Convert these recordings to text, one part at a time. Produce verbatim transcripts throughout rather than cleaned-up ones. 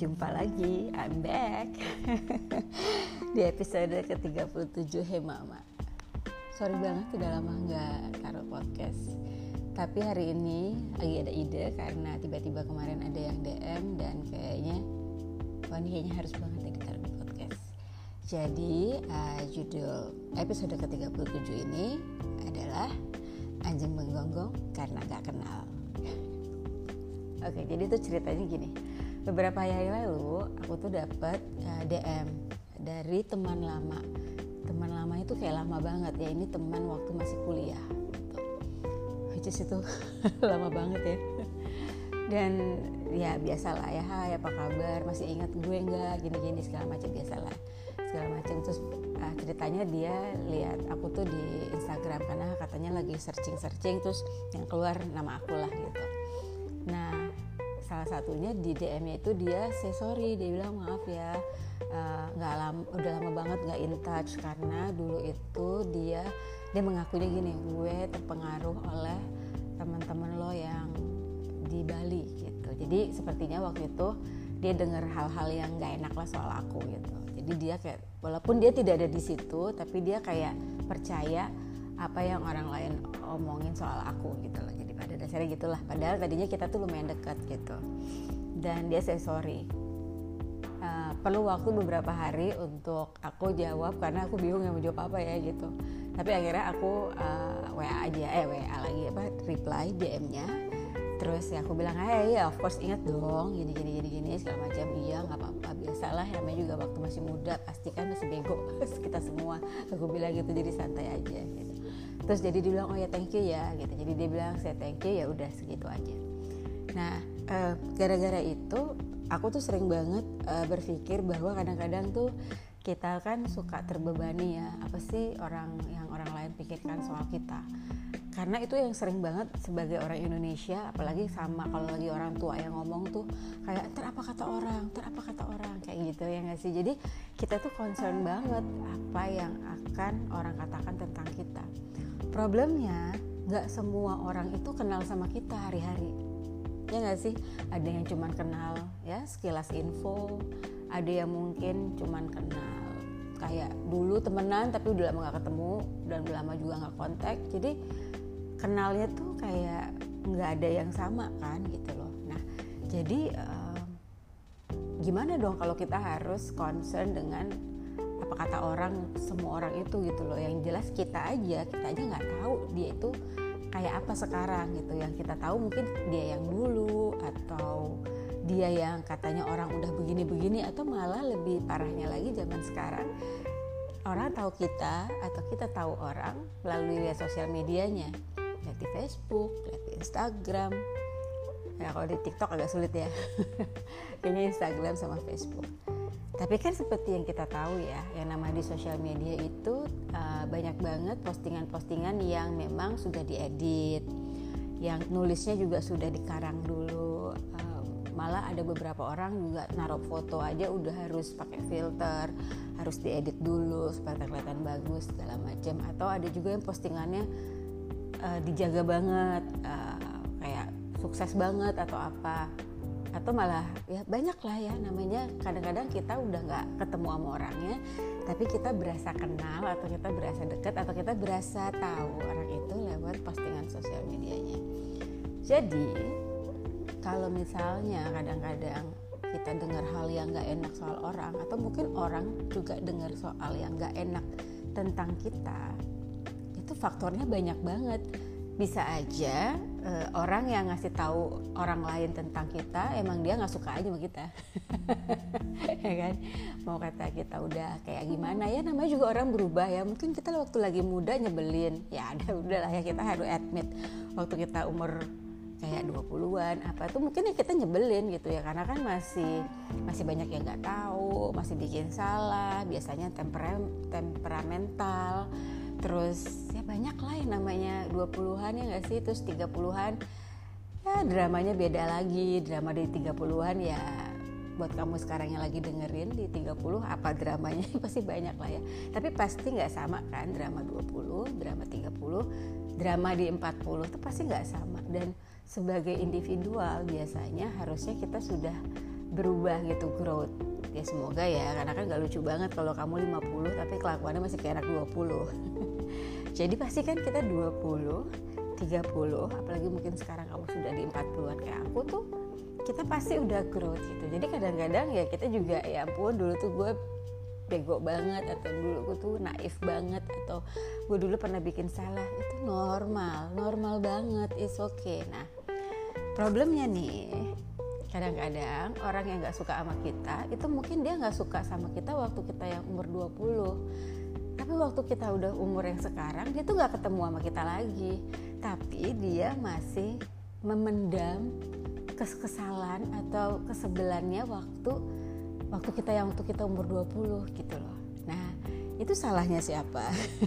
Jumpa lagi, I'm back di episode ke tiga puluh tujuh Hey Mama. Sorry banget udah lama gak taruh podcast. Tapi hari ini lagi ada ide karena tiba-tiba kemarin ada yang D M dan kayaknya wah ini kayaknya harus banget ya ditaruh di podcast. Jadi uh, judul episode ke tiga puluh tujuh ini adalah Anjing Menggonggong Karena Gak Kenal. Oke, jadi itu ceritanya gini. Beberapa hari lalu aku tuh dapat uh, D M dari teman lama. Teman lama itu kayak lama banget ya. Ini teman waktu masih kuliah gitu. Which is itu lama banget ya. Dan ya biasalah ya, hai apa kabar? Masih ingat gue enggak? Gini-gini segala macam biasalah. Segala macam terus uh, ceritanya dia lihat aku tuh di Instagram karena katanya lagi searching-searching terus yang keluar nama aku lah gitu. Nah, salah satunya di D M-nya itu dia say sorry, dia bilang maaf ya nggak uh, lama, udah lama banget nggak in touch karena dulu itu dia dia mengakunya gini, gue terpengaruh oleh teman-teman lo yang di Bali gitu. Jadi sepertinya waktu itu dia dengar hal-hal yang nggak enak lah soal aku gitu. Jadi dia kayak walaupun dia tidak ada di situ, tapi dia kayak percaya apa yang orang lain omongin soal aku gitu loh. Jadi pada dasarnya gitulah. Padahal tadinya kita tuh lumayan dekat gitu. Dan dia say sorry. Uh, perlu waktu beberapa hari untuk aku jawab karena aku bingung yang mau jawab apa ya gitu. Tapi akhirnya aku uh, W A aja, eh W A lagi apa reply D M-nya. Terus ya aku bilang, hey ya of course ingat dong gini gini gini gini segala macam. Iya nggak apa-apa, biasalah namanya juga waktu masih muda pasti kan masih bego kita semua. Aku bilang gitu jadi santai aja gitu. Terus jadi dia bilang oh ya thank you ya gitu. Jadi dia bilang saya thank you ya udah segitu aja. Nah uh, gara-gara itu aku tuh sering banget uh, berpikir bahwa kadang-kadang tuh kita kan suka terbebani ya apa sih orang yang orang lain pikirkan soal kita. Karena itu yang sering banget sebagai orang Indonesia, apalagi sama kalau lagi orang tua yang ngomong tuh kayak ntar apa kata orang, ntar apa kata orang kayak gitu ya nggak sih. Jadi kita tuh concern banget apa yang akan orang katakan tentang kita. Problemnya nggak semua orang itu kenal sama kita hari-hari, ya nggak sih. Ada yang cuman kenal ya sekilas info, ada yang mungkin cuman kenal kayak dulu temenan tapi udah lama nggak ketemu dan udah lama juga nggak kontak. Jadi kenalnya tuh kayak nggak ada yang sama kan gitu loh. Nah jadi uh, gimana dong kalau kita harus concern dengan apa kata orang, semua orang itu gitu loh. Yang jelas kita aja, kita aja nggak tahu dia itu kayak apa sekarang gitu. Yang kita tahu mungkin dia yang dulu atau dia yang katanya orang udah begini-begini atau malah lebih parahnya lagi zaman sekarang orang tahu kita atau kita tahu orang melalui lihat sosial medianya. Lihat di Facebook, lihat di Instagram. Ya kalau di TikTok agak sulit ya. Kayaknya Instagram sama Facebook. Tapi kan seperti yang kita tahu ya, yang nama di sosial media itu uh, banyak banget postingan-postingan yang memang sudah diedit, yang nulisnya juga sudah dikarang dulu. Uh, malah ada beberapa orang juga naruh foto aja udah harus pakai filter, harus diedit dulu supaya kelihatan bagus segala macam. Atau ada juga yang postingannya Uh, dijaga banget, uh, kayak sukses banget atau apa, atau malah ya banyak lah ya namanya. Kadang-kadang kita udah nggak ketemu sama orangnya, tapi kita berasa kenal atau kita berasa dekat atau kita berasa tahu orang itu lewat postingan sosial medianya. Jadi kalau misalnya kadang-kadang kita dengar hal yang nggak enak soal orang, atau mungkin orang juga dengar soal yang nggak enak tentang kita, itu faktornya banyak banget. Bisa aja uh, orang yang ngasih tahu orang lain tentang kita emang dia nggak suka aja sama kita. Ya kan, mau kata kita udah kayak gimana ya, namanya juga orang berubah ya. Mungkin kita waktu lagi muda nyebelin, ya ada udahlah ya, kita harus admit waktu kita umur kayak dua puluhan apa tuh mungkin ya kita nyebelin gitu ya, karena kan masih masih banyak yang nggak tahu, masih bikin salah, biasanya temperam, temperamental. Terus ya banyak lah yang namanya dua puluhan ya gak sih, terus tiga puluhan ya dramanya beda lagi. Drama di tiga puluhan ya buat kamu sekarang yang lagi dengerin di tiga puluh apa dramanya pasti banyak lah ya. Tapi pasti gak sama kan drama dua puluh, drama tiga puluh, drama di empat puluh itu pasti gak sama. Dan sebagai individual biasanya harusnya kita sudah berubah gitu, growth. Ya semoga ya, karena kan gak lucu banget kalau kamu lima puluh tapi kelakuannya masih kayak anak dua puluh. Jadi pasti kan kita dua puluh, tiga puluh, apalagi mungkin sekarang kamu sudah di empat puluhan kayak aku tuh, kita pasti udah growth gitu. Jadi kadang-kadang ya kita juga, ya ampun dulu tuh gue bego banget, atau dulu gue tuh naif banget, atau gue dulu pernah bikin salah. Itu normal, normal banget, it's okay. Nah, problemnya nih, kadang-kadang orang yang gak suka sama kita, itu mungkin dia gak suka sama kita waktu kita yang umur dua puluh. Tapi waktu kita udah umur yang sekarang, dia tuh gak ketemu sama kita lagi. Tapi dia masih memendam kekesalan atau kesebelannya waktu waktu kita yang waktu kita umur dua puluh gitu loh. Nah, itu salahnya siapa?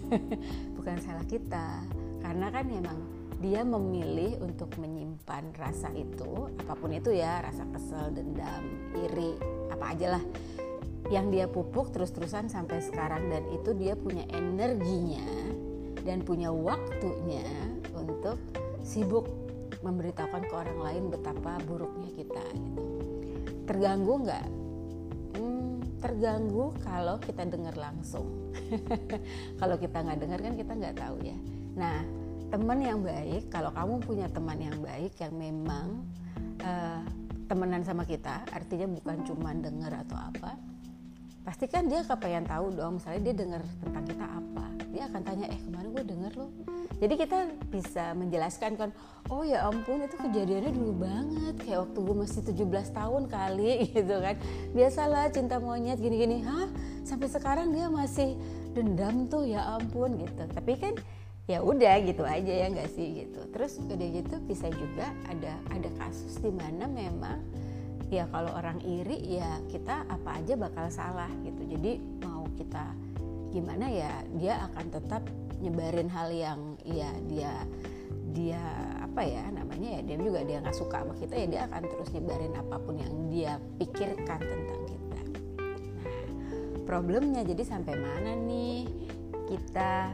Bukan salah kita. Karena kan memang dia memilih untuk menyimpan rasa itu, apapun itu ya, rasa kesel, dendam, iri, apa aja lah yang dia pupuk terus-terusan sampai sekarang, dan itu dia punya energinya dan punya waktunya untuk sibuk memberitahukan ke orang lain betapa buruknya kita gitu. Terganggu nggak? Hmm, terganggu kalau kita dengar langsung. Kalau kita nggak dengar kan kita nggak tahu ya. Nah, teman yang baik, kalau kamu punya teman yang baik yang memang uh, temenan sama kita, artinya bukan cuma dengar atau apa, pasti kan dia kepengen tahu dong. Misalnya dia dengar tentang kita apa, dia akan tanya, eh kemarin gue dengar loh. Jadi kita bisa menjelaskan kan, oh ya ampun itu kejadiannya dulu banget, kayak waktu gue masih tujuh belas tahun kali gitu kan. Biasalah cinta monyet gini-gini, hah sampai sekarang dia masih dendam tuh, ya ampun gitu. Tapi kan ya udah gitu aja ya nggak sih gitu. Terus udah gitu bisa juga ada ada kasus di mana memang ya kalau orang iri ya kita apa aja bakal salah gitu. Jadi mau kita gimana ya, dia akan tetap nyebarin hal yang ya dia dia apa ya namanya ya, dia juga dia nggak suka sama kita ya, dia akan terus nyebarin apapun yang dia pikirkan tentang kita. Nah, problemnya jadi sampai mana nih kita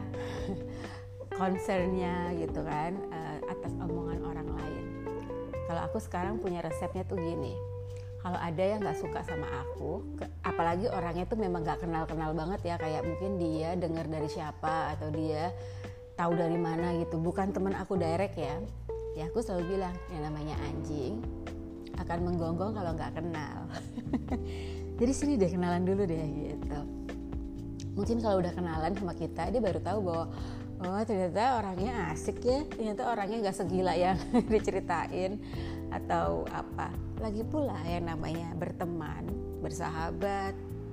concernnya gitu kan uh, atas omongan orang lain. Kalau aku sekarang punya resepnya tuh gini, kalau ada yang nggak suka sama aku, ke, apalagi orangnya tuh memang nggak kenal-kenal banget ya, kayak mungkin dia dengar dari siapa atau dia tahu dari mana gitu, bukan teman aku direct ya, ya aku selalu bilang yang namanya anjing akan menggonggong kalau nggak kenal. Jadi sini deh kenalan dulu deh gitu. Mungkin kalau udah kenalan sama kita, dia baru tahu bahwa oh ternyata orangnya asik ya, ternyata orangnya nggak segila yang diceritain atau apa. Lagi pula yang namanya berteman, bersahabat,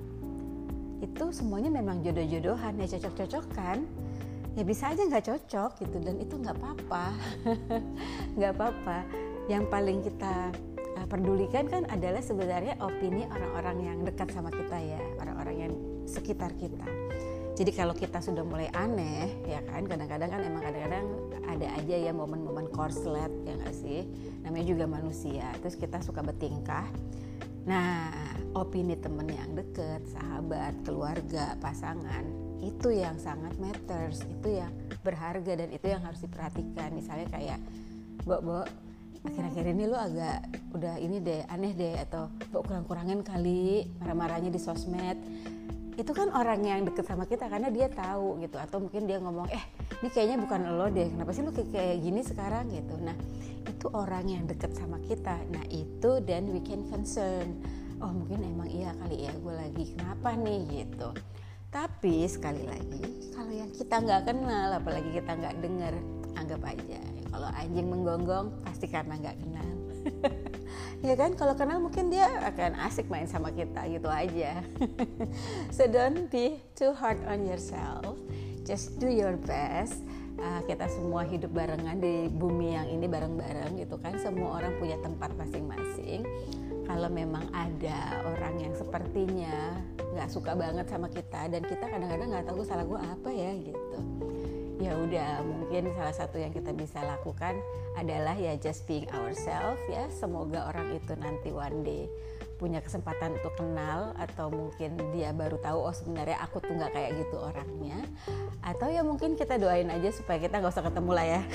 itu semuanya memang jodoh-jodohan ya, cocok-cocokan. Ya bisa aja nggak cocok gitu, dan itu nggak apa-apa, nggak apa-apa. Yang paling kita uh, pedulikan kan adalah sebenarnya opini orang-orang yang dekat sama kita ya, orang-orang yang sekitar kita. Jadi kalau kita sudah mulai aneh ya kan, kadang-kadang kan emang kadang-kadang ada aja ya momen-momen korslet ya nggak sih, namanya juga manusia. Terus kita suka bertingkah. Nah, opini temen yang deket, sahabat, keluarga, pasangan, itu yang sangat matters, itu yang berharga dan itu yang harus diperhatikan. Misalnya kayak, Bo, Bo, akhir-akhir ini lu agak udah ini deh, aneh deh, atau Bo kurang-kurangin kali marah-marahnya di sosmed. Itu kan orang yang deket sama kita karena dia tahu gitu, atau mungkin dia ngomong, eh ini kayaknya bukan lo deh, kenapa sih lu kayak gini sekarang gitu. Nah itu orang yang deket sama kita, nah itu then we can concern, oh mungkin emang iya kali ya gue lagi kenapa nih gitu. Tapi sekali lagi kalau yang kita nggak kenal, apalagi kita nggak dengar, anggap aja kalau anjing menggonggong pasti karena nggak kenal. Ya kan, kalau kenal mungkin dia akan asik main sama kita gitu aja. So don't be too hard on yourself, just do your best. Uh, kita semua hidup barengan di bumi yang ini bareng-bareng gitu kan, semua orang punya tempat masing-masing. Kalau memang ada orang yang sepertinya nggak suka banget sama kita dan kita kadang-kadang nggak tahu salah gue apa ya gitu, ya udah mungkin salah satu yang kita bisa lakukan adalah ya just being ourselves ya. Semoga orang itu nanti one day punya kesempatan untuk kenal, atau mungkin dia baru tahu oh sebenarnya aku tuh nggak kayak gitu orangnya, atau ya mungkin kita doain aja supaya kita nggak usah ketemu lah ya.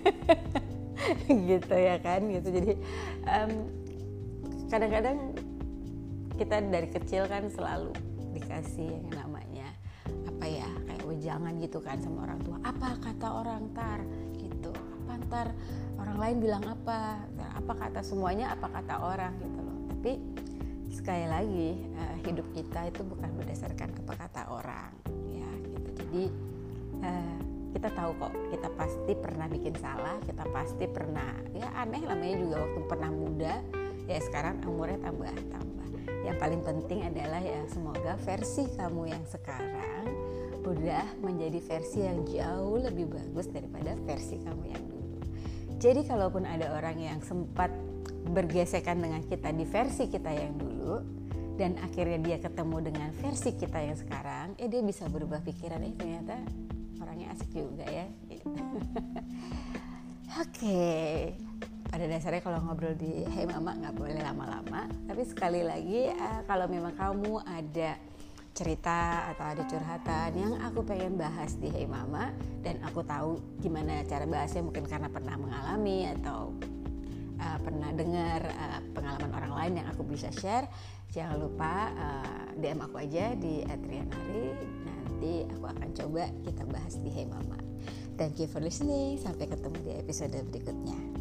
Gitu ya kan gitu. Jadi um, kadang-kadang kita dari kecil kan selalu dikasih yang namanya apa ya, kayak wejangan gitu kan sama orang tua. Apa kata orang tar gitu, apa ntar orang lain bilang apa, apa kata semuanya, apa kata orang gitu loh. Tapi sekali lagi uh, hidup kita itu bukan berdasarkan apa kata orang ya gitu. Jadi uh, kita tahu kok, kita pasti pernah bikin salah, kita pasti pernah ya aneh, namanya juga waktu pernah muda ya, sekarang umurnya tambah-tambah. Yang paling penting adalah ya semoga versi kamu yang sekarang udah menjadi versi yang jauh lebih bagus daripada versi kamu yang dulu. Jadi kalaupun ada orang yang sempat bergesekan dengan kita di versi kita yang dulu dan akhirnya dia ketemu dengan versi kita yang sekarang, eh dia bisa berubah pikiran, eh ternyata orangnya asik juga ya gitu. Oke, pada dasarnya kalau ngobrol di Hey Mama nggak boleh lama-lama, tapi sekali lagi uh, kalau memang kamu ada cerita atau ada curhatan yang aku pengen bahas di Hey Mama dan aku tahu gimana cara bahasnya, mungkin karena pernah mengalami atau uh, pernah dengar uh, pengalaman orang lain yang aku bisa share, jangan lupa uh, D M aku aja di et rianari. Nanti aku akan coba kita bahas di Hey Mama. Thank you for listening. Sampai ketemu di episode berikutnya.